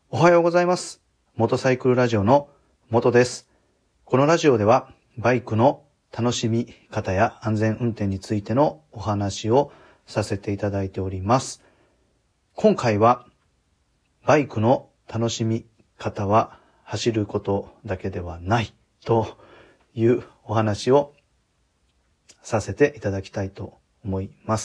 おはようございます。モトサイクルラジオの元です。このラジオではバイクの楽しみ方や安全運転についてのお話をさせていただいております。今回はバイクの楽しみ方は走ることだけではないというお話をさせていただきたいと思います。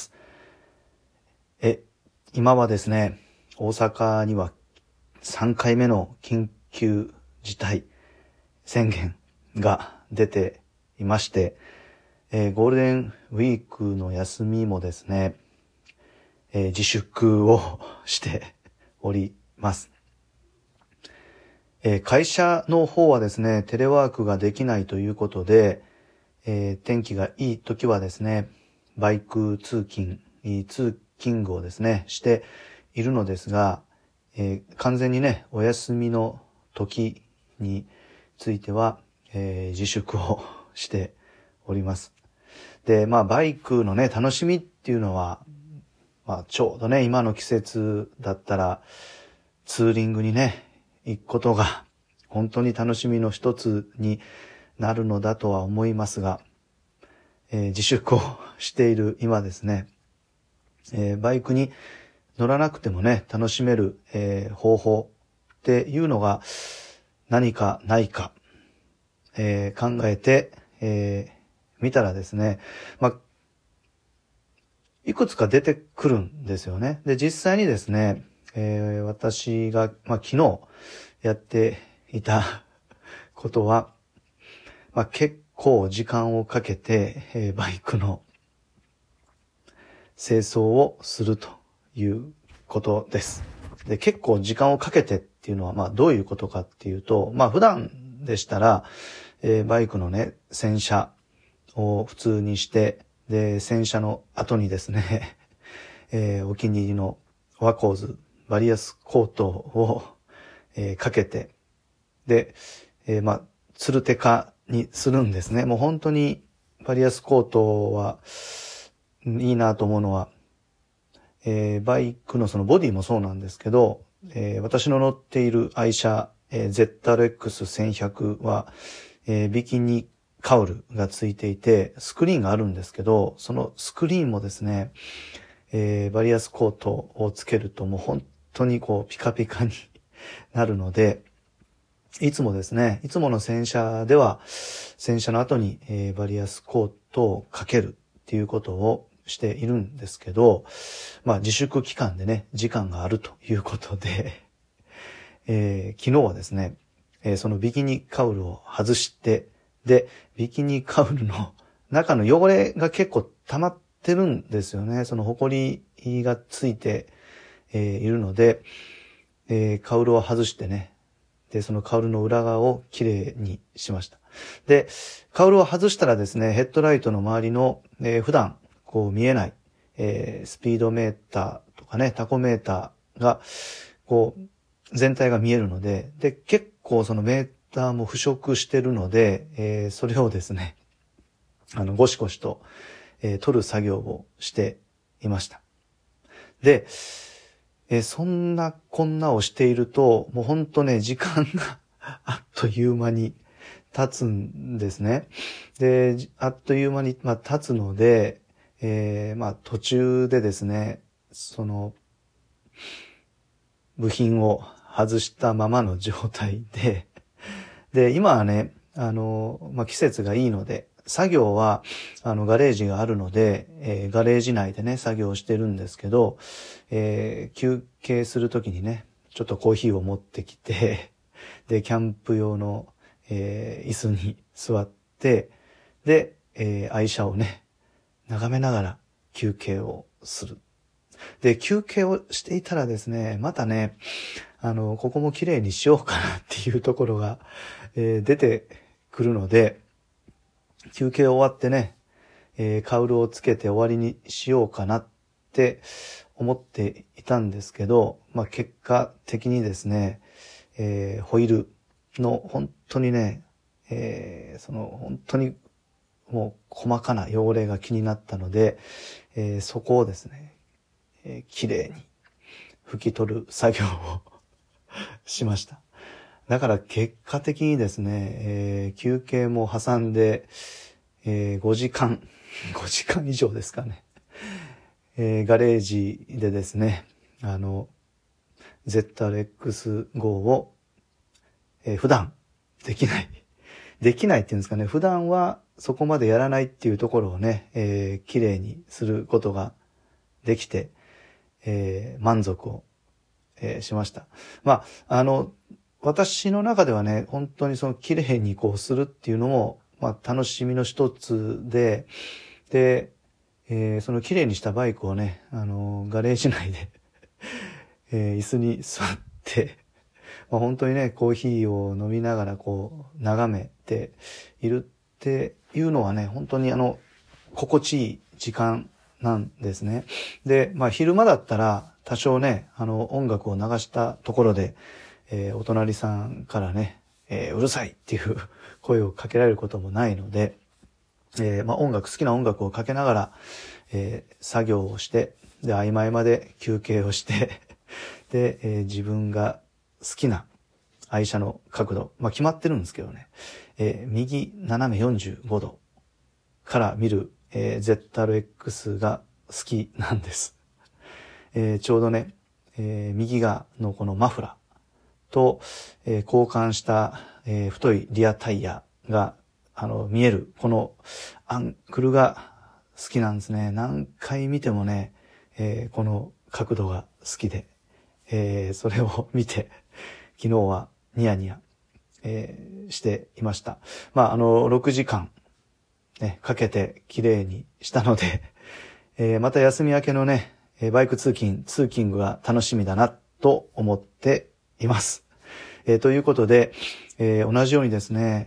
今はですね、大阪には3回目の緊急事態宣言が出ていまして、ゴールデンウィークの休みもですね、自粛をしております。会社の方はですね、テレワークができないということで、天気がいい時はですね、バイク通勤をですね、しているのですが、完全にね、お休みの時については、自粛をしております。で、バイクのね、楽しみっていうのは、ちょうどね、今の季節だったら、ツーリングにね、行くことが、本当に楽しみの一つになるのだとは思いますが、自粛をしている今ですね、バイクに乗らなくてもね、楽しめる、方法っていうのが何かないか、考えて、みたらですね、いくつか出てくるんですよね。で、実際にですね、私が、昨日やっていたことは、結構時間をかけて、バイクの清掃をするということです。で、結構時間をかけてっていうのは、どういうことかっていうと、普段でしたら、バイクのね、洗車を普通にして、で、洗車の後にですね、お気に入りのワコーズ、バリアスコートを、かけて、で、ツルテカにするんですね。もう本当にバリアスコートはいいなと思うのは、バイクのそのボディもそうなんですけど、私の乗っている愛車、ZRX1100 は、ビキニカウルがついていて、スクリーンがあるんですけど、そのスクリーンもですね、バリアスコートをつけるともう本当にピカピカになるので、いつもの洗車では、洗車の後に、バリアスコートをかけるっていうことをしているんですけど、自粛期間でね、時間があるということで、昨日はですね、そのビキニカウルを外して、で、ビキニカウルの中の汚れが結構溜まってるんですよね。そのホコリがついて、いるので、カウルを外してね、で、そのカウルの裏側をきれいにしました。で、カウルを外したらですね、ヘッドライトの周りの、普段見えない、スピードメーターとかね、タコメーターが、全体が見えるので、で、結構そのメーターも腐食してるので、それをですね、ゴシゴシと、取る作業をしていました。で、そんなこんなをしていると、もうほんとね、時間があっという間に経つんですね。で、あっという間に、経つので、途中でですね、その、部品を外したままの状態で、で、今はね、季節がいいので、作業は、ガレージがあるので、ガレージ内でね、作業をしてるんですけど、休憩するときにね、ちょっとコーヒーを持ってきて、で、キャンプ用の、椅子に座って、で、愛車をね、眺めながら休憩をする。で、休憩をしていたらですね、またね、ここも綺麗にしようかなっていうところが、出てくるので、休憩終わってね、カウルをつけて終わりにしようかなって思っていたんですけど、結果的にですね、ホイールの本当にね、本当にもう細かな汚れが気になったので、そこをですね、綺麗に拭き取る作業をしました。だから結果的にですね、休憩も挟んで、5時間以上ですかね。ガレージでですね、ZRX5 を、普段できないっていうんですかね。普段はそこまでやらないっていうところをね、綺麗にすることができて、満足を、しました。まあ、私の中ではね、本当にその綺麗にこうするっていうのも、まあ、楽しみの一つで、その綺麗にしたバイクをね、ガレージ内で椅子に座って、まあ、本当にね、コーヒーを飲みながらこう、眺めているっていうのはね、本当に心地いい時間なんですね。で、まあ、昼間だったら、多少ね、音楽を流したところで、お隣さんからね、うるさいっていう声をかけられることもないので、まあ、好きな音楽をかけながら、作業をして、で、合間合間で休憩をしてで、自分が好きな愛車の角度、まあ、決まってるんですけどね、右斜め45度から見る、ZRX が好きなんです。ちょうどね、右側のこのマフラーと、交換した、太いリアタイヤが見えるこのアングルが好きなんですね。何回見てもね、この角度が好きで、それを見て昨日はニヤニヤ、していました。まあ6時間、ね、かけて綺麗にしたので、また休み明けのね、バイク通勤が楽しみだなと思っています。ということで、同じようにですね、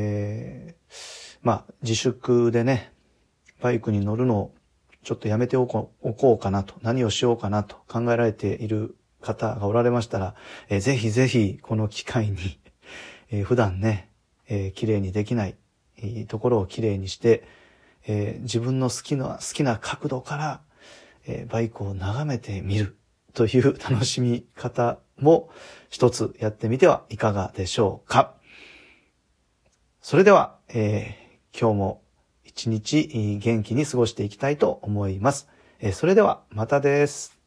まあ自粛でね、バイクに乗るのをちょっとやめておこうかなと、何をしようかなと考えられている方がおられましたら、ぜひぜひこの機会に、普段ね、綺麗にできないところを綺麗にして、自分の好きな角度から、バイクを眺めてみるという楽しみ方も一つやってみてはいかがでしょうか。それでは、今日も一日元気に過ごしていきたいと思います。それではまたです。